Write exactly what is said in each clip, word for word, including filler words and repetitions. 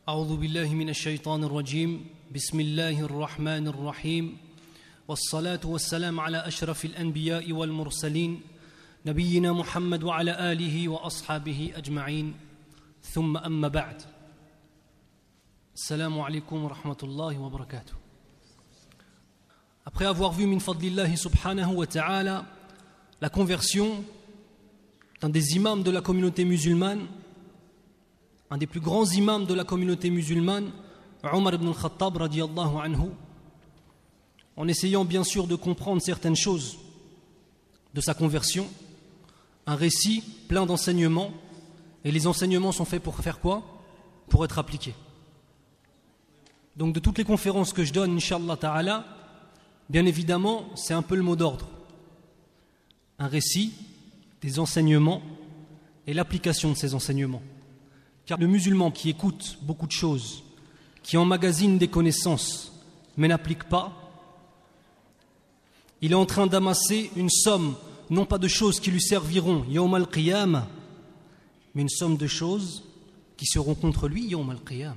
أعوذ بالله من الشيطان الرجيم بسم الله الرحمن الرحيم والصلاة والسلام على أشرف الأنبياء والمرسلين نبينا محمد وعلى آله وأصحابه أجمعين ثم أما بعد السلام عليكم ورحمة الله وبركاته. Après avoir vu min fadlillahi subhanahu wa ta'ala la conversion d'un des imams de la communauté musulmane, un des plus grands imams de la communauté musulmane, Omar ibn al-Khattab radiyallahu anhu, en essayant bien sûr de comprendre certaines choses de sa conversion, un récit plein d'enseignements, et les enseignements sont faits pour faire quoi? Pour être appliqués. Donc de toutes les conférences que je donne, Inch'Allah ta'ala, bien évidemment, c'est un peu le mot d'ordre. Un récit, des enseignements et l'application de ces enseignements. Car le musulman qui écoute beaucoup de choses, qui emmagasine des connaissances, mais n'applique pas, il est en train d'amasser une somme, non pas de choses qui lui serviront yawm al-qiyamah, mais une somme de choses qui seront contre lui yawm al-qiyamah.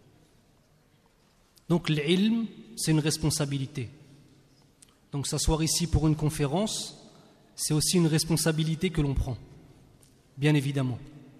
Donc l'ilm, c'est une responsabilité. Donc s'asseoir ici pour une conférence, c'est aussi une responsabilité que l'on prend, bien évidemment.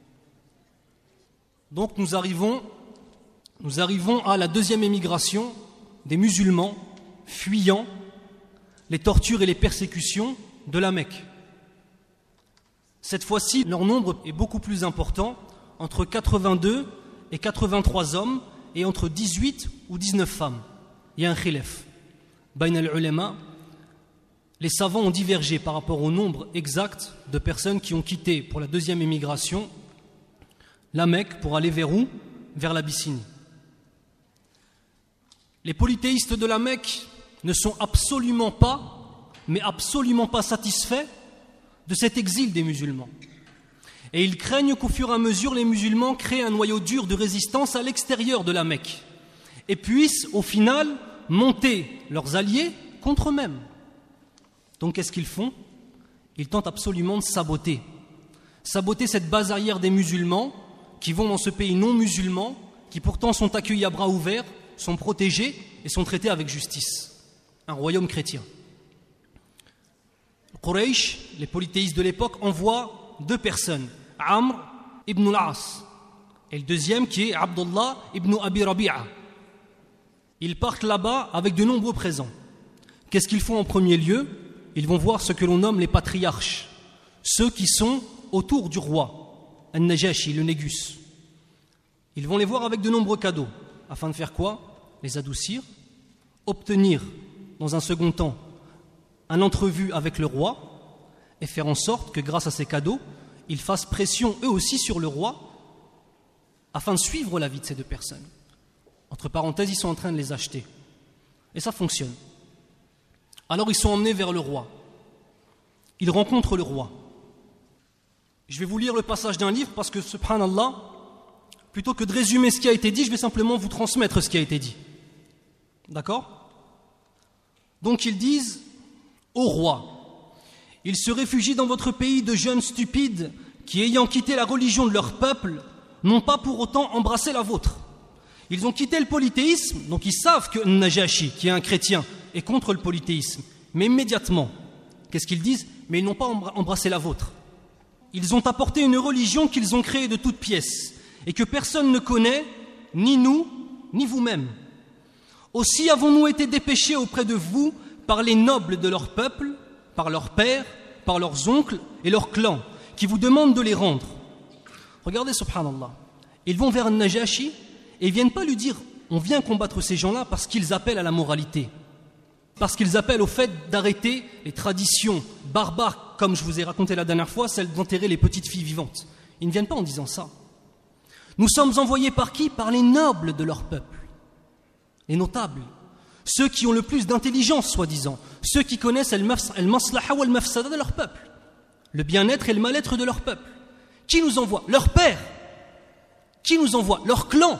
Donc nous arrivons, nous arrivons à la deuxième émigration des musulmans fuyant les tortures et les persécutions de la Mecque. Cette fois-ci, leur nombre est beaucoup plus important, entre quatre-vingt-deux et quatre-vingt-trois hommes et entre dix-huit ou dix-neuf femmes. Il y a un khilaf. Bain al-ulama, les savants ont divergé par rapport au nombre exact de personnes qui ont quitté pour la deuxième émigration la Mecque pour aller vers où? Vers l'Abyssinie. Les polythéistes de la Mecque ne sont absolument pas, mais absolument pas satisfaits de cet exil des musulmans. Et ils craignent qu'au fur et à mesure, les musulmans créent un noyau dur de résistance à l'extérieur de la Mecque et puissent, au final, monter leurs alliés contre eux-mêmes. Donc qu'est-ce qu'ils font? Ils tentent absolument de saboter. Saboter cette base arrière des musulmans qui vont dans ce pays non musulman, qui pourtant sont accueillis à bras ouverts, sont protégés et sont traités avec justice. Un royaume chrétien. Quraysh, les polythéistes de l'époque, envoient deux personnes, Amr ibn al-As et le deuxième qui est Abdullah ibn Abi Rabi'a. Ils partent là-bas avec de nombreux présents. Qu'est-ce qu'ils font en premier lieu? Ils vont voir ce que l'on nomme les patriarches, ceux qui sont autour du roi, An-Najashi, le Négus. Ils vont les voir avec de nombreux cadeaux, afin de faire quoi? Les adoucir, obtenir, dans un second temps, un entrevue avec le roi, et faire en sorte que grâce à ces cadeaux, ils fassent pression eux aussi sur le roi, afin de suivre la vie de ces deux personnes. Entre parenthèses, ils sont en train de les acheter. Et ça fonctionne. Alors ils sont emmenés vers le roi. Ils rencontrent le roi. Je vais vous lire le passage d'un livre parce que, subhanallah, plutôt que de résumer ce qui a été dit, je vais simplement vous transmettre ce qui a été dit. D'accord? Donc ils disent au roi, ils se réfugient dans votre pays de jeunes stupides qui, ayant quitté la religion de leur peuple, n'ont pas pour autant embrassé la vôtre. Ils ont quitté le polythéisme, donc ils savent que Najashi, qui est un chrétien, est contre le polythéisme. Mais immédiatement, qu'est-ce qu'ils disent? Mais ils n'ont pas embrassé la vôtre. Ils ont apporté une religion qu'ils ont créée de toutes pièces et que personne ne connaît, ni nous, ni vous-même. Aussi avons-nous été dépêchés auprès de vous par les nobles de leur peuple, par leurs pères, par leurs oncles et leurs clans, qui vous demandent de les rendre. Regardez, subhanallah, ils vont vers Najashi et ils ne viennent pas lui dire « on vient combattre ces gens-là parce qu'ils appellent à la moralité ». Parce qu'ils appellent au fait d'arrêter les traditions barbares, comme je vous ai raconté la dernière fois, celle d'enterrer les petites filles vivantes. Ils ne viennent pas en disant ça. Nous sommes envoyés par qui? Par les nobles de leur peuple, les notables, ceux qui ont le plus d'intelligence, soi-disant, ceux qui connaissent al-maslaha ou al-mafsada de leur peuple, le bien-être et le mal-être de leur peuple. Qui nous envoie? Leur père. Qui nous envoie? Leur clan.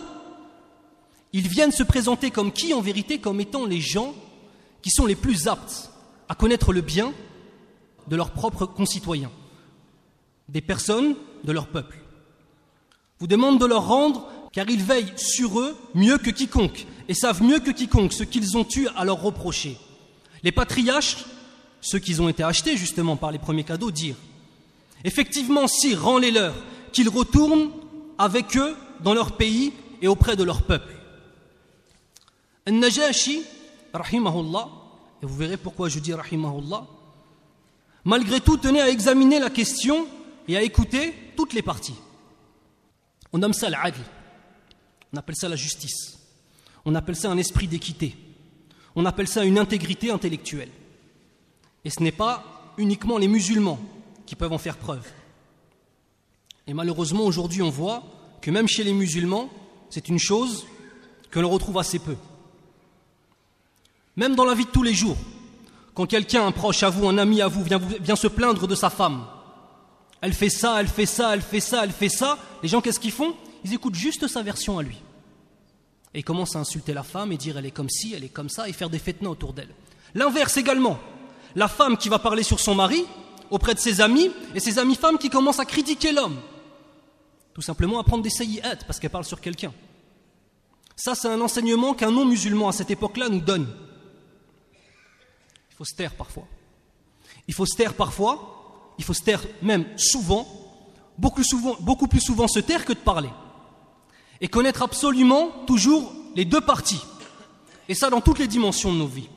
Ils viennent se présenter comme qui, en vérité? Comme étant les gens qui sont les plus aptes à connaître le bien de leurs propres concitoyens, des personnes de leur peuple. Vous demandent de leur rendre car ils veillent sur eux mieux que quiconque et savent mieux que quiconque ce qu'ils ont eu à leur reprocher. Les patriarches, ceux qui ont été achetés justement par les premiers cadeaux, dirent: effectivement, sire, rends-les leurs, qu'ils retournent avec eux dans leur pays et auprès de leur peuple. Al-Najashi, rahimahullah, et vous verrez pourquoi je dis rahimahullah, malgré tout tenait à examiner la question et à écouter toutes les parties. On nomme ça l'adl, on appelle ça la justice, on appelle ça un esprit d'équité, on appelle ça une intégrité intellectuelle. Et ce n'est pas uniquement les musulmans qui peuvent en faire preuve. Et malheureusement, aujourd'hui, on voit que même chez les musulmans, c'est une chose que l'on retrouve assez peu. Même dans la vie de tous les jours, quand quelqu'un, un proche à vous, un ami à vous, vient, vient se plaindre de sa femme, elle fait ça, elle fait ça, elle fait ça, elle fait ça, les gens, qu'est-ce qu'ils font? Ils écoutent juste sa version à lui. Et ils commencent à insulter la femme et dire elle est comme ci, elle est comme ça, et faire des fitnas autour d'elle. L'inverse également, la femme qui va parler sur son mari auprès de ses amis, et ses amis femmes qui commencent à critiquer l'homme. Tout simplement à prendre des sayyi'at parce qu'elle parle sur quelqu'un. Ça, c'est un enseignement qu'un non-musulman à cette époque-là nous donne. Il faut se taire parfois. Il faut se taire parfois, il faut se taire même souvent, beaucoup, souvent, beaucoup plus souvent se taire que de parler. Et connaître absolument toujours les deux parties. Et ça dans toutes les dimensions de nos vies.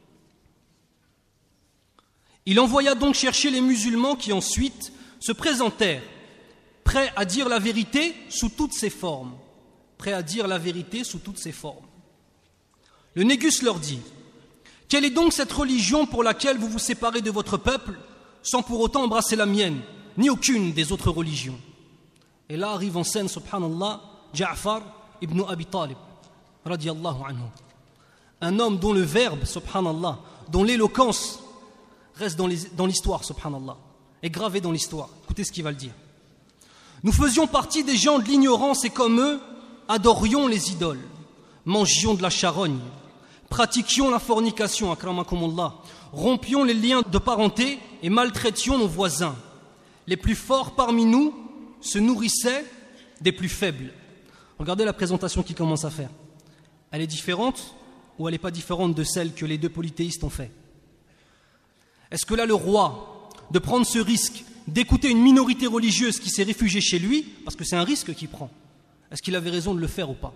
Il envoya donc chercher les musulmans qui ensuite se présentèrent, prêts à dire la vérité sous toutes ses formes. Prêts à dire la vérité sous toutes ses formes. Le négus leur dit: quelle est donc cette religion pour laquelle vous vous séparez de votre peuple sans pour autant embrasser la mienne, ni aucune des autres religions? Et là arrive en scène, subhanallah, Ja'far ibn Abi Talib, radiyallahu anhu. Un homme dont le verbe, subhanallah, dont l'éloquence reste dans, les, dans l'histoire, subhanallah, est gravé dans l'histoire. Écoutez ce qu'il va le dire. Nous faisions partie des gens de l'ignorance et comme eux, adorions les idoles, mangions de la charogne, pratiquions la fornication, akramakumullah, rompions les liens de parenté et maltraitions nos voisins. Les plus forts parmi nous se nourrissaient des plus faibles. Regardez la présentation qu'il commence à faire. Elle est différente ou elle n'est pas différente de celle que les deux polythéistes ont fait? Est-ce que là, le roi, de prendre ce risque d'écouter une minorité religieuse qui s'est réfugiée chez lui, parce que c'est un risque qu'il prend, est-ce qu'il avait raison de le faire ou pas?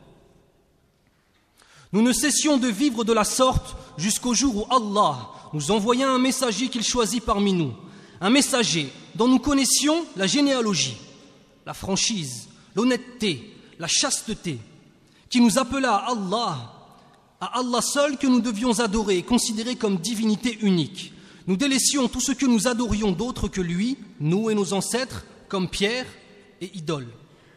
Nous ne cessions de vivre de la sorte jusqu'au jour où Allah nous envoya un messager qu'il choisit parmi nous, un messager dont nous connaissions la généalogie, la franchise, l'honnêteté, la chasteté, qui nous appela à Allah, à Allah seul que nous devions adorer et considérer comme divinité unique. Nous délaissions tout ce que nous adorions d'autre que lui, nous et nos ancêtres, comme pierres et idoles.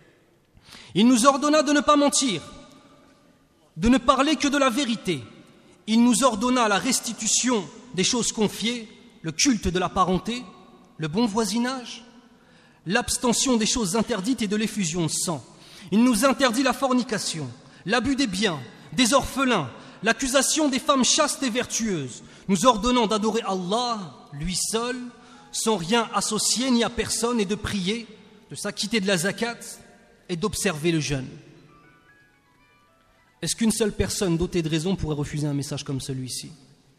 Il nous ordonna de ne pas mentir, de ne parler que de la vérité. Il nous ordonna la restitution des choses confiées, le culte de la parenté, le bon voisinage, l'abstention des choses interdites et de l'effusion de sang. Il nous interdit la fornication, l'abus des biens, des orphelins, l'accusation des femmes chastes et vertueuses, nous ordonnant d'adorer Allah, lui seul, sans rien associer ni à personne, et de prier, de s'acquitter de la zakat et d'observer le jeûne. Est-ce qu'une seule personne dotée de raison pourrait refuser un message comme celui-ci?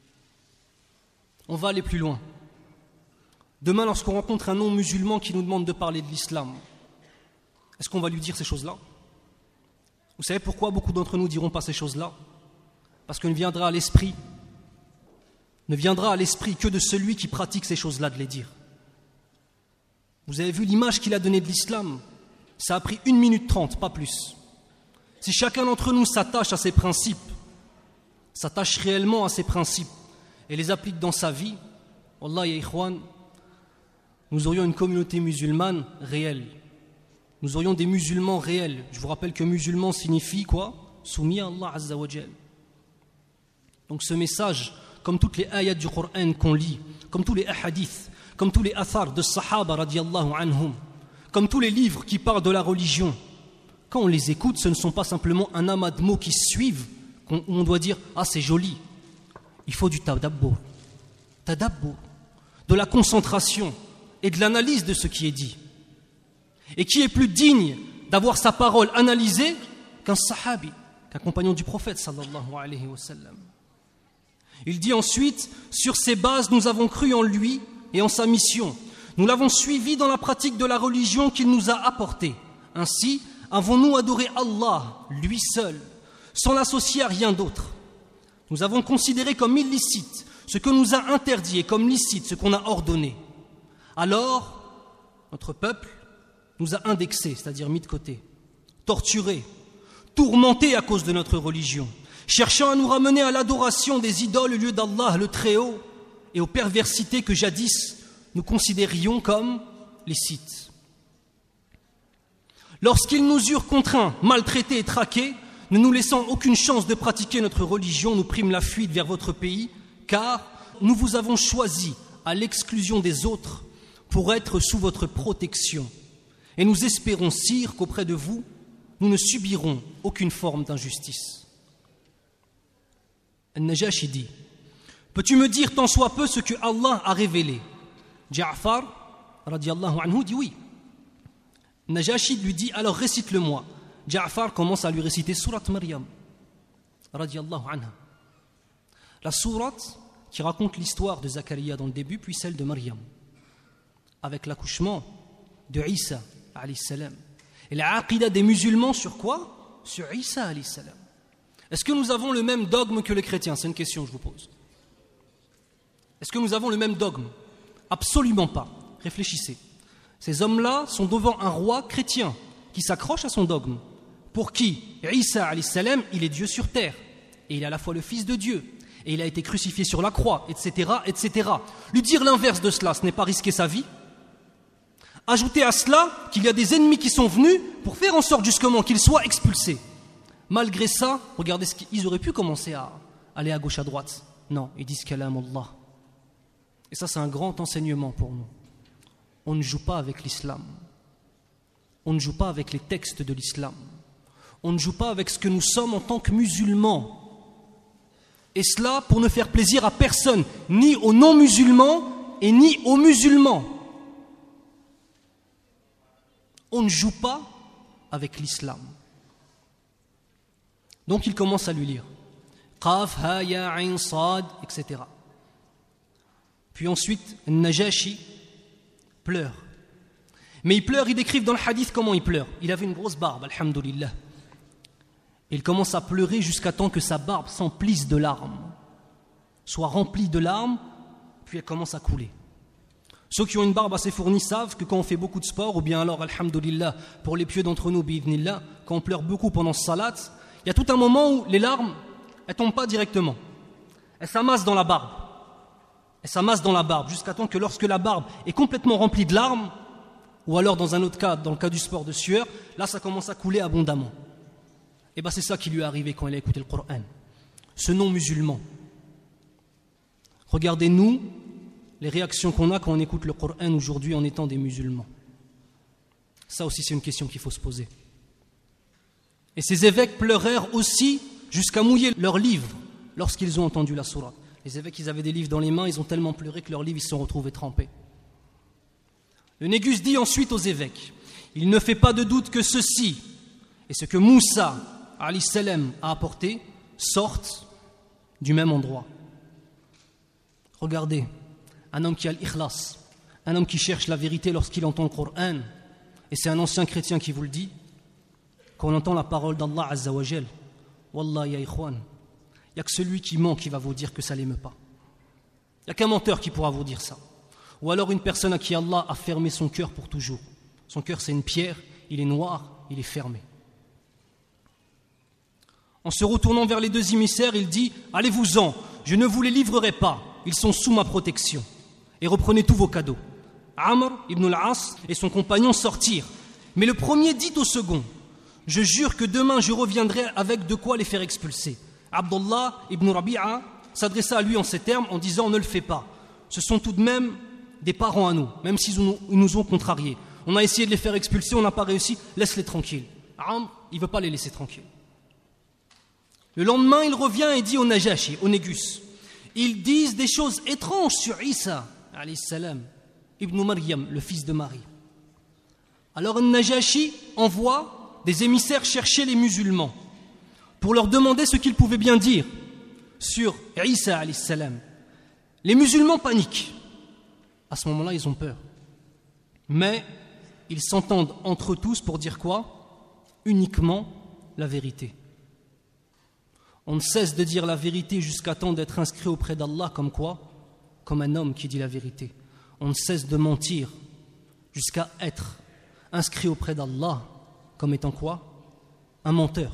On va aller plus loin. Demain, lorsqu'on rencontre un non-musulman qui nous demande de parler de l'islam, est-ce qu'on va lui dire ces choses-là? Vous savez pourquoi beaucoup d'entre nous ne diront pas ces choses-là? Parce qu'il ne viendra à l'esprit, ne viendra à l'esprit que de celui qui pratique ces choses-là de les dire. Vous avez vu l'image qu'il a donnée de l'islam? Ça a pris une minute trente, pas plus. Si chacun d'entre nous s'attache à ses principes, s'attache réellement à ses principes et les applique dans sa vie, wallah ya ikhwan, nous aurions une communauté musulmane réelle. Nous aurions des musulmans réels. Je vous rappelle que musulman signifie quoi? Soumis à Allah Azza wa Jal. Donc ce message, comme toutes les ayats du Coran qu'on lit, comme tous les hadiths, comme tous les athars de Sahaba radiyallahu anhum, comme tous les livres qui parlent de la religion, quand on les écoute, ce ne sont pas simplement un amas de mots qui se suivent, où on doit dire « Ah, c'est joli ». Il faut du tadabbur, tadabbur, de la concentration et de l'analyse de ce qui est dit. Et qui est plus digne d'avoir sa parole analysée qu'un sahabi, qu'un compagnon du prophète sallallahu alayhi wa sallam. Il dit ensuite, sur ces bases, nous avons cru en lui et en sa mission. Nous l'avons suivi dans la pratique de la religion qu'il nous a apportée. Ainsi, avons-nous adoré Allah, lui seul, sans l'associer à rien d'autre. Nous avons considéré comme illicite ce que nous a interdit et comme licite ce qu'on a ordonné. Alors, notre peuple nous a indexés, c'est-à-dire mis de côté, torturés, tourmentés à cause de notre religion, cherchant à nous ramener à l'adoration des idoles au lieu d'Allah le Très-Haut et aux perversités que jadis nous considérions comme licites. Lorsqu'ils nous eurent contraints, maltraités et traqués, ne nous laissant aucune chance de pratiquer notre religion, nous prîmes la fuite vers votre pays, car nous vous avons choisi à l'exclusion des autres pour être sous votre protection. Et nous espérons, sire, qu'auprès de vous, nous ne subirons aucune forme d'injustice. Al-Najashi dit, peux-tu me dire tant soit peu ce que Allah a révélé? Ja'far, radiallahu anhu, dit oui. Najashi lui dit, alors récite-le-moi. Ja'far commence à lui réciter Surat Maryam, radiallahu anha. La sourate qui raconte l'histoire de Zakaria dans le début, puis celle de Maryam, avec l'accouchement de Isa, alayhi salam. Et la aqida des musulmans sur quoi? Sur Isa, alayhi salam. Est-ce que nous avons le même dogme que les chrétiens? C'est une question que je vous pose. Est-ce que nous avons le même dogme? Absolument pas. Réfléchissez. Ces hommes-là sont devant un roi chrétien qui s'accroche à son dogme. Pour qui Isa, alayhi salam, il est Dieu sur terre. Et il est à la fois le Fils de Dieu. Et il a été crucifié sur la croix, et cetera, et cetera. Lui dire l'inverse de cela, ce n'est pas risquer sa vie. Ajoutez à cela qu'il y a des ennemis qui sont venus pour faire en sorte justement qu'il soit expulsé. Malgré ça, regardez ce qu'ils auraient pu commencer à aller à gauche, à droite. Non, ils disent kalam Allah. Et ça, c'est un grand enseignement pour nous. On ne joue pas avec l'islam. On ne joue pas avec les textes de l'islam. On ne joue pas avec ce que nous sommes en tant que musulmans. Et cela pour ne faire plaisir à personne, ni aux non-musulmans et ni aux musulmans. On ne joue pas avec l'islam. Donc il commence à lui lire Qaf, Ha, Ya, Ain, Sad, et cetera. Puis ensuite, Najashi pleure. Mais il pleure, ils décrivent dans le hadith comment il pleure. Il avait une grosse barbe, alhamdoulilah. Il commence à pleurer jusqu'à temps que sa barbe s'emplisse de larmes, soit remplie de larmes, puis elle commence à couler. Ceux qui ont une barbe assez fournie savent que quand on fait beaucoup de sport, ou bien alors, alhamdoulilah, pour les pieux d'entre nous, bi'idhnillah, quand on pleure beaucoup pendant ce salat, il y a tout un moment où les larmes, elles ne tombent pas directement. Elles s'amassent dans la barbe. Elles s'amassent dans la barbe, jusqu'à temps que lorsque la barbe est complètement remplie de larmes, ou alors dans un autre cas, dans le cas du sport de sueur, là ça commence à couler abondamment. Et bien c'est ça qui lui est arrivé quand il a écouté le Coran. Ce non-musulman. Regardez-nous les réactions qu'on a quand on écoute le Coran aujourd'hui en étant des musulmans. Ça aussi c'est une question qu'il faut se poser. Et ces évêques pleurèrent aussi jusqu'à mouiller leurs livres lorsqu'ils ont entendu la sourate. Les évêques, ils avaient des livres dans les mains, ils ont tellement pleuré que leurs livres ils se sont retrouvés trempés. Le Négus dit ensuite aux évêques, il ne fait pas de doute que ceci et ce que Moussa alayhi salam a apporté sortent du même endroit. Regardez, un homme qui a l'ikhlas, un homme qui cherche la vérité lorsqu'il entend le Coran, et c'est un ancien chrétien qui vous le dit, quand on entend la parole d'Allah Azza wa Jal, Wallah ya ikhwan, il n'y a que celui qui ment qui va vous dire que ça l'émeut pas. Il n'y a qu'un menteur qui pourra vous dire ça. Ou alors une personne à qui Allah a fermé son cœur pour toujours. Son cœur c'est une pierre, il est noir, il est fermé. En se retournant vers les deux émissaires, il dit « Allez-vous-en, je ne vous les livrerai pas, ils sont sous ma protection. Et reprenez tous vos cadeaux. » Amr ibn al-As et son compagnon sortirent. Mais le premier dit au second « Je jure que demain je reviendrai avec de quoi les faire expulser. » Abdullah ibn Rabi'a s'adressa à lui en ces termes en disant « Ne le fais pas. Ce sont tout de même des parents à nous, même s'ils nous ont contrariés. On a essayé de les faire expulser, on n'a pas réussi, laisse-les tranquilles. » Amr, il ne veut pas les laisser tranquilles. Le lendemain, il revient et dit au Najashi, au Négus, ils disent des choses étranges sur Isa, alayhi salam, Ibn Maryam, le fils de Marie. Alors le Najashi envoie des émissaires chercher les musulmans pour leur demander ce qu'ils pouvaient bien dire sur Isa alayhi salam. Les musulmans paniquent. À ce moment-là, ils ont peur. Mais ils s'entendent entre eux tous pour dire quoi? Uniquement la vérité. On ne cesse de dire la vérité jusqu'à temps d'être inscrit auprès d'Allah comme quoi? Comme un homme qui dit la vérité. On ne cesse de mentir jusqu'à être inscrit auprès d'Allah comme étant quoi? Un menteur.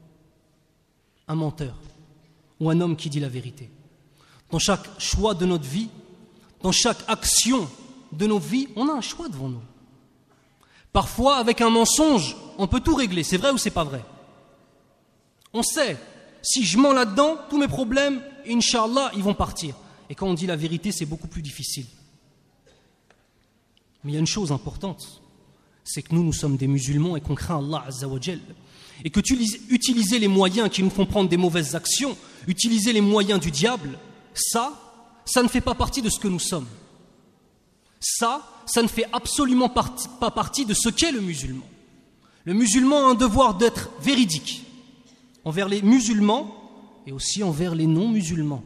Un menteur. Ou un homme qui dit la vérité. Dans chaque choix de notre vie, dans chaque action de nos vies, on a un choix devant nous. Parfois, avec un mensonge, on peut tout régler. C'est vrai ou c'est pas vrai? On sait, si je mens là-dedans, tous mes problèmes, Inch'Allah, ils vont partir. Et quand on dit la vérité, c'est beaucoup plus difficile. Mais il y a une chose importante, c'est que nous, nous sommes des musulmans et qu'on craint Allah Azza wa Jal. Et que utiliser les moyens qui nous font prendre des mauvaises actions, utiliser les moyens du diable, ça, ça ne fait pas partie de ce que nous sommes. Ça, ça ne fait absolument partie, pas partie de ce qu'est le musulman. Le musulman a un devoir d'être véridique envers les musulmans et aussi envers les non-musulmans.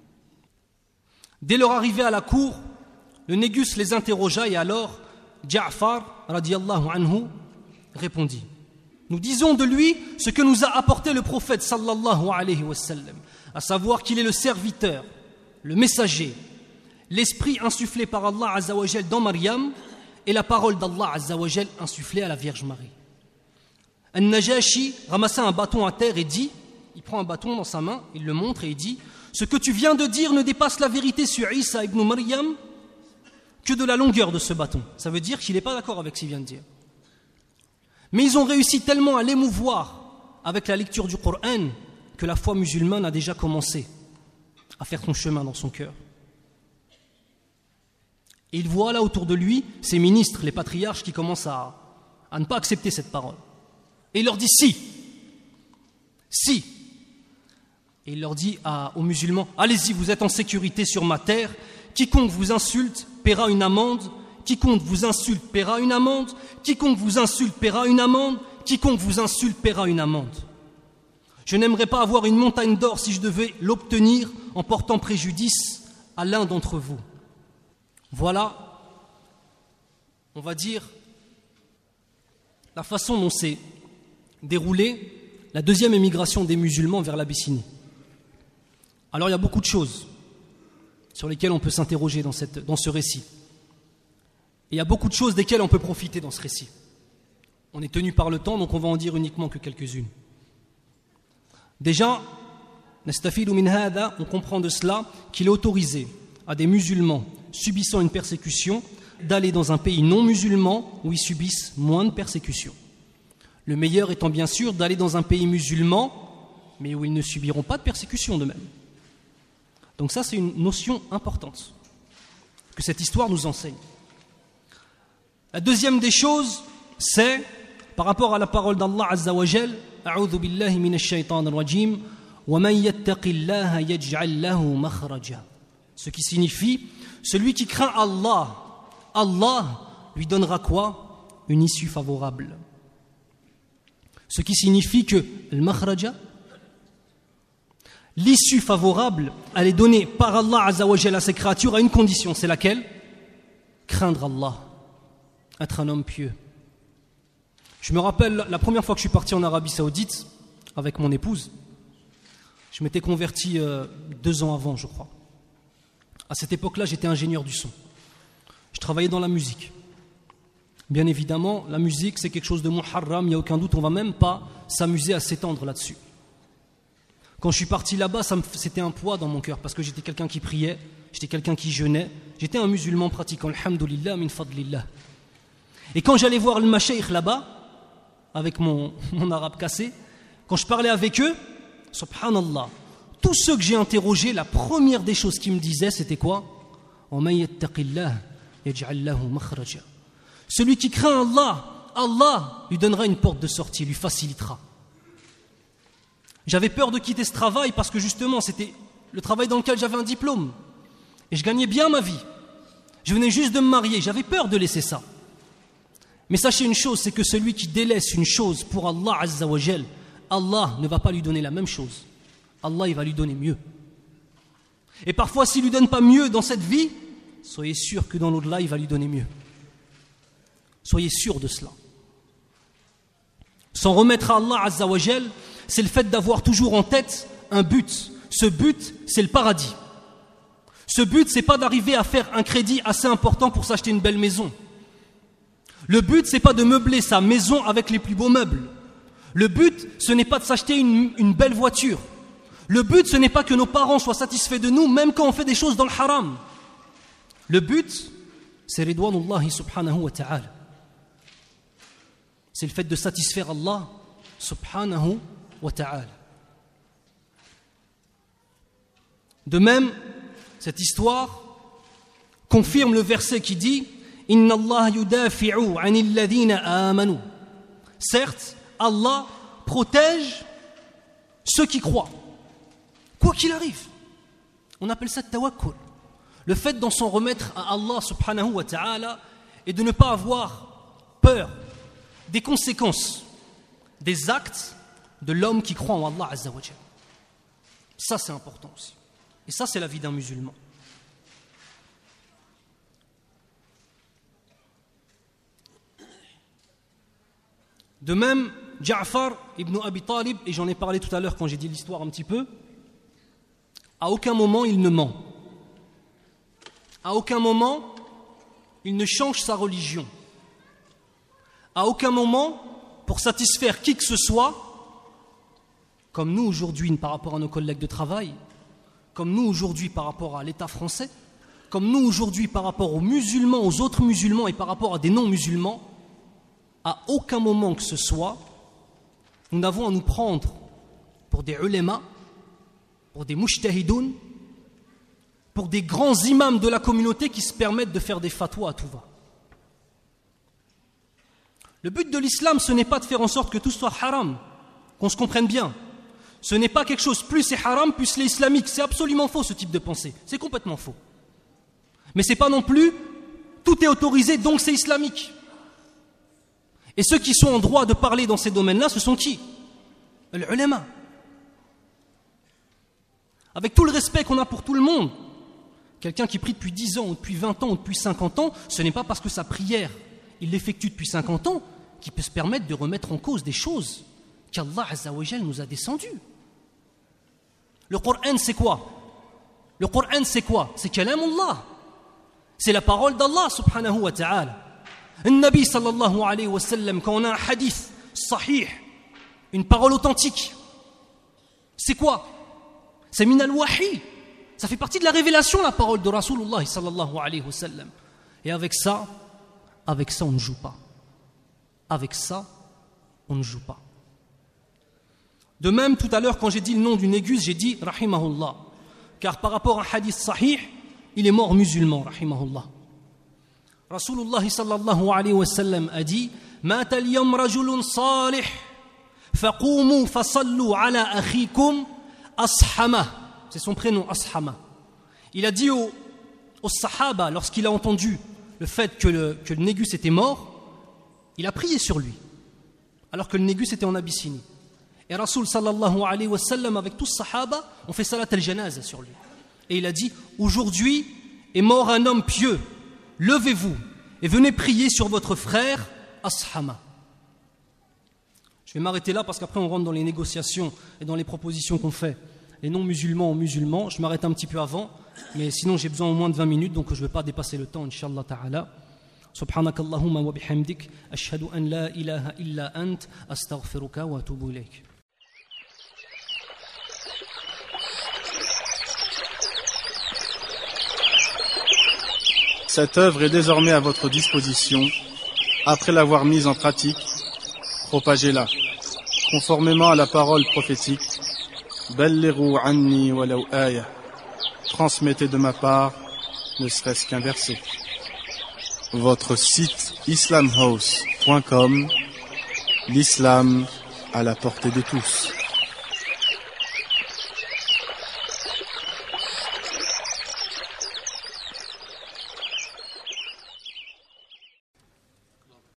Dès leur arrivée à la cour, le négus les interrogea et alors Ja'far radiyallahu anhu répondit: nous disons de lui ce que nous a apporté le prophète sallallahu alayhi wa sallam, à savoir qu'il est le serviteur, le messager, l'esprit insufflé par Allah Azza wa Jal dans Maryam et la parole d'Allah Azza wa Jal insufflée à la Vierge Marie. An-Najashi ramassa un bâton à terre et dit, il prend un bâton dans sa main, il le montre et il dit: ce que tu viens de dire ne dépasse la vérité sur Isa ibn Maryam que de la longueur de ce bâton. Ça veut dire qu'il n'est pas d'accord avec ce qu'il vient de dire. Mais ils ont réussi tellement à l'émouvoir avec la lecture du Coran que la foi musulmane a déjà commencé à faire son chemin dans son cœur. Et il voit là autour de lui ces ministres, les patriarches qui commencent à, à ne pas accepter cette parole. Et il leur dit si, si. Et il leur dit à, aux musulmans: allez-y, vous êtes en sécurité sur ma terre, quiconque vous insulte paiera une amende, quiconque vous insulte paiera une amende, quiconque vous insulte paiera une amende, quiconque vous insulte paiera une amende. Je n'aimerais pas avoir une montagne d'or si je devais l'obtenir en portant préjudice à l'un d'entre vous. Voilà, on va dire, la façon dont s'est déroulée la deuxième émigration des musulmans vers l'Abyssinie. Alors il y a beaucoup de choses sur lesquelles on peut s'interroger dans, cette, dans ce récit. Et il y a beaucoup de choses desquelles on peut profiter dans ce récit. On est tenu par le temps, donc on va en dire uniquement que quelques-unes. Déjà, on comprend de cela qu'il est autorisé à des musulmans subissant une persécution d'aller dans un pays non musulman où ils subissent moins de persécution. Le meilleur étant bien sûr d'aller dans un pays musulman, mais où ils ne subiront pas de persécution de même. Donc ça, c'est une notion importante que cette histoire nous enseigne. La deuxième des choses, c'est par rapport à la parole d'Allah Azza wa Jal: A'udhu billahi minash shaitanir rajim, wa man yattaqillaha yaj'al lahu makhraja. Ce qui signifie, celui qui craint Allah, Allah lui donnera quoi? Une issue favorable. Ce qui signifie que le makhraja, l'issue favorable, elle est donnée par Allah Azza wa Jal à ses créatures à une condition, c'est laquelle? Craindre Allah, être un homme pieux. Je me rappelle la première fois que je suis parti en Arabie Saoudite avec mon épouse. Je m'étais converti euh, deux ans avant, je crois. À cette époque-là, j'étais ingénieur du son. Je travaillais dans la musique. Bien évidemment, la musique, c'est quelque chose de muharram, il n'y a aucun doute, on ne va même pas s'amuser à s'étendre là-dessus. Quand je suis parti là-bas, ça me, c'était un poids dans mon cœur, parce que j'étais quelqu'un qui priait, j'étais quelqu'un qui jeûnait, j'étais un musulman pratiquant, alhamdulillah, min fadlillah. Et quand j'allais voir le mashaykh là-bas, avec mon, mon arabe cassé, quand je parlais avec eux, subhanallah, tous ceux que j'ai interrogés, la première des choses qu'ils me disaient, c'était quoi? Celui qui craint Allah, Allah lui donnera une porte de sortie, lui facilitera. J'avais peur de quitter ce travail parce que justement, c'était le travail dans lequel j'avais un diplôme. Et je gagnais bien ma vie. Je venais juste de me marier, j'avais peur de laisser ça. Mais sachez une chose, c'est que celui qui délaisse une chose pour Allah Azza wa Jal, Allah ne va pas lui donner la même chose. Allah, il va lui donner mieux. Et parfois, s'il ne lui donne pas mieux dans cette vie, soyez sûr que dans l'au-delà, il va lui donner mieux. Soyez sûr de cela. S'en remettre à Allah Azza wa Jal, c'est le fait d'avoir toujours en tête un but. Ce but, c'est le paradis. Ce but, c'est pas d'arriver à faire un crédit assez important pour s'acheter une belle maison. Le but, c'est pas de meubler sa maison avec les plus beaux meubles. Le but, ce n'est pas de s'acheter une, une belle voiture. Le but, ce n'est pas que nos parents soient satisfaits de nous, même quand on fait des choses dans le haram. Le but, c'est ridwanullahi subhanahu wa ta'ala. C'est le fait de satisfaire Allah subhanahu wa ta'ala. De même, cette histoire confirme le verset qui dit « Inna Allah yudafi'u 'anil ladhina amanu » Certes, Allah protège ceux qui croient, quoi qu'il arrive. On appelle ça tawakkul. Le fait d'en s'en remettre à Allah subhanahu wa ta'ala et de ne pas avoir peur des conséquences des actes de l'homme qui croit en Allah Azza wa Jal. Ça, c'est important aussi. Et ça, c'est la vie d'un musulman. De même, Ja'far ibn Abi Talib, et j'en ai parlé tout à l'heure quand j'ai dit l'histoire un petit peu, à aucun moment il ne ment. À aucun moment il ne change sa religion. À aucun moment, pour satisfaire qui que ce soit, comme nous aujourd'hui par rapport à nos collègues de travail, comme nous aujourd'hui par rapport à l'État français, comme nous aujourd'hui par rapport aux musulmans, aux autres musulmans et par rapport à des non-musulmans, à aucun moment que ce soit, nous n'avons à nous prendre pour des ulémas, pour des mujtahidoun, pour des grands imams de la communauté qui se permettent de faire des fatwas à tout va. Le but de l'islam, ce n'est pas de faire en sorte que tout soit haram, qu'on se comprenne bien. Ce n'est pas quelque chose, plus c'est haram, plus c'est islamique. C'est absolument faux ce type de pensée, c'est complètement faux. Mais ce n'est pas non plus, tout est autorisé, donc c'est islamique. Et ceux qui sont en droit de parler dans ces domaines-là, ce sont qui? Les ulama. Avec tout le respect qu'on a pour tout le monde, quelqu'un qui prie depuis dix ans, ou depuis vingt ans, ou depuis cinquante ans, ce n'est pas parce que sa prière, il l'effectue depuis cinquante ans, qu'il peut se permettre de remettre en cause des choses qu'Allah Azza wa Jal nous a descendues. Le Coran, c'est quoi? Le Coran, c'est quoi? C'est kalamullah. C'est la parole d'Allah subhanahu wa ta'ala. Le Nabi sallallahu alayhi wa sallam, quand on a un hadith sahih, une parole authentique, c'est quoi? C'est min al-wahi. Ça fait partie de la révélation, la parole de Rasulullah sallallahu alayhi wa sallam. Et avec ça, avec ça, on ne joue pas. Avec ça, on ne joue pas. De même, tout à l'heure, quand j'ai dit le nom du négus, j'ai dit rahimahullah. Car par rapport à un hadith sahih, il est mort musulman, rahimahullah. Rasulullah sallallahu alayhi wa sallam a dit Mata al-yawm rajulun salih faqoumu fasallu ala akhikum ashama. C'est son prénom, ashama. Il a dit aux, aux sahaba, lorsqu'il a entendu le fait que le, que le négus était mort, il a prié sur lui, alors que le négus était en Abyssinie. Et Rasul sallallahu alayhi wa sallam, avec tous les sahaba, ont fait salat al-janaza sur lui. Et il a dit, aujourd'hui est mort un homme pieux, levez-vous et venez prier sur votre frère Ashama. Je vais m'arrêter là parce qu'après on rentre dans les négociations et dans les propositions qu'on fait. Les non-musulmans aux musulmans, je m'arrête un petit peu avant, mais sinon j'ai besoin au moins de vingt minutes, donc je ne vais pas dépasser le temps, Inch'Allah ta'ala. سبحانك اللهم وبحمدك أشهد أن لا إله إلا أنت أستغفرك وأتوب إليك. Cette œuvre est désormais à votre disposition. Après l'avoir mise en pratique, propagez-la, conformément à la parole prophétique. Ballighu anni walau aya. Transmettez de ma part, ne serait-ce qu'un verset. Votre site islam house point com, l'islam à la portée de tous.